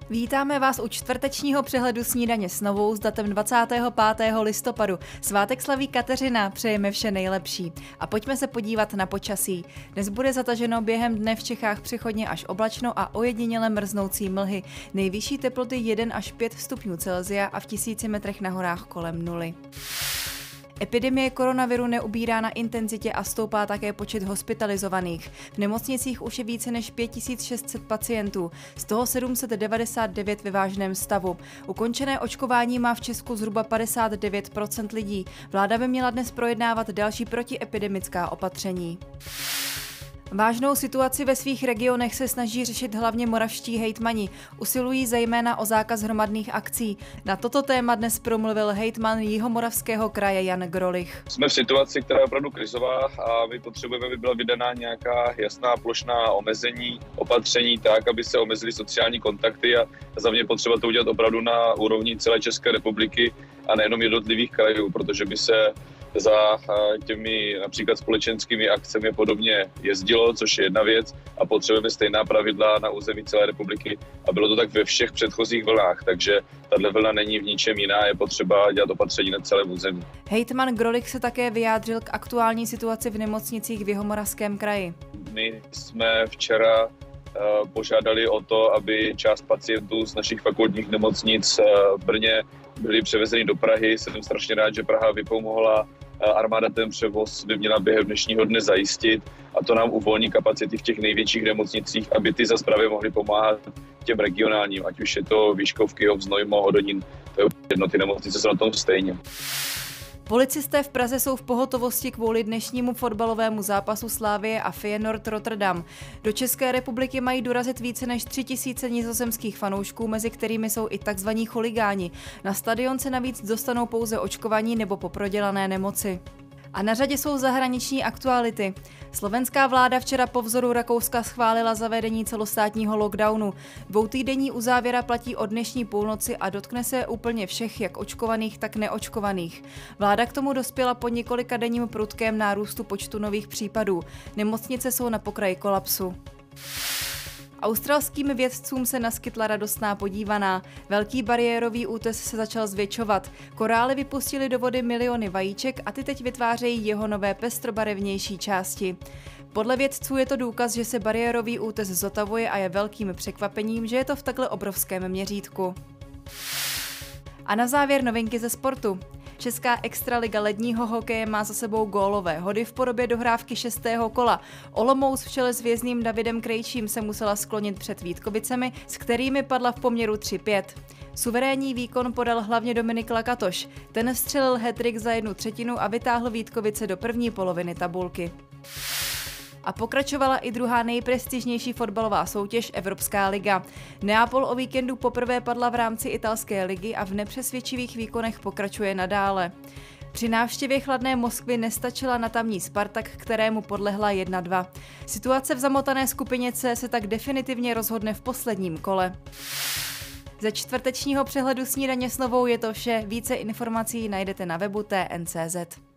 Vítáme vás u čtvrtečního přehledu Snídaně s Novou s datem 25. listopadu. Svátek slaví Kateřina, přejeme vše nejlepší. A pojďme se podívat na počasí. Dnes bude zataženo, během dne v Čechách přechodně až oblačno a ojediněle mrznoucí mlhy. Nejvyšší teploty 1 až 5 stupňů Celsia a v 1000 metrech na horách kolem 0. Epidemie koronaviru neubírá na intenzitě a stoupá také počet hospitalizovaných. V nemocnicích už je více než 5600 pacientů, z toho 799 ve vážném stavu. Ukončené očkování má v Česku zhruba 59% lidí. Vláda by měla dnes projednávat další protiepidemická opatření. Vážnou situaci ve svých regionech se snaží řešit hlavně moravští hejtmani. Usilují zejména o zákaz hromadných akcí. Na toto téma dnes promluvil hejtman Jihomoravského kraje Jan Grolich. Jsme v situaci, která je opravdu krizová a my potřebujeme, aby byla vydaná nějaká jasná plošná omezení, opatření tak, aby se omezily sociální kontakty a za mě potřeba to udělat opravdu na úrovni celé České republiky a nejenom jednotlivých krajů, protože by se za těmi například společenskými akcemi podobně jezdilo, což je jedna věc, a potřebujeme stejná pravidla na území celé republiky a bylo to tak ve všech předchozích vlnách, takže tato vlna není v ničem jiná, je potřeba dělat opatření na celém území. Hejtman Grolich se také vyjádřil k aktuální situaci v nemocnicích v Jihomoravském kraji. My jsme včera požádali o to, aby část pacientů z našich fakultních nemocnic v Brně byli převezeni do Prahy. Jsem strašně rád, že Praha vypomohla. Armáda ten převoz by měla během dnešního dne zajistit a to nám uvolní kapacity v těch největších nemocnicích, aby ty zas právě mohly pomáhat těm regionálním, ať už je to Výškovky, Znojmo, Hodonín, to je jedno, ty nemocnice jsou na tom stejně. Policisté v Praze jsou v pohotovosti kvůli dnešnímu fotbalovému zápasu Slavie a Feyenoord Rotterdam. Do České republiky mají dorazit více než 3000 nizozemských fanoušků, mezi kterými jsou i tzv. Chuligáni. Na stadion se navíc dostanou pouze očkovaní nebo po prodělané nemoci. A na řadě jsou zahraniční aktuality. Slovenská vláda včera po vzoru Rakouska schválila zavedení celostátního lockdownu. 2týdenní uzávěra platí od dnešní půlnoci a dotkne se úplně všech, jak očkovaných, tak neočkovaných. Vláda k tomu dospěla po několikadenním prudkém nárůstu počtu nových případů. Nemocnice jsou na pokraji kolapsu. Australským vědcům se naskytla radostná podívaná. Velký bariérový útes se začal zvětšovat. Korály vypustily do vody miliony vajíček a ty teď vytvářejí jeho nové pestrobarevnější části. Podle vědců je to důkaz, že se bariérový útes zotavuje a je velkým překvapením, že je to v takhle obrovském měřítku. A na závěr novinky ze sportu. Česká extraliga ledního hokeje má za sebou gólové hody v podobě dohrávky 6. kola. Olomouc v čele s vězným Davidem Krejčím se musela sklonit před Vítkovicemi, s kterými padla v poměru 3-5. Suverénní výkon podal hlavně Dominik Lakatoš. Ten vstřelil hat-trick za 1/3 a vytáhl Vítkovice do první poloviny tabulky. A pokračovala i druhá nejprestižnější fotbalová soutěž Evropská liga. Neapol o víkendu poprvé padla v rámci italské ligy a v nepřesvědčivých výkonech pokračuje nadále. Při návštěvě chladné Moskvy nestačila na tamní Spartak, kterému podlehla 1-2. Situace v zamotané skupině C se tak definitivně rozhodne v posledním kole. Ze čtvrtečního přehledu Snídaně s Novou je to vše. Více informací najdete na webu TN.cz.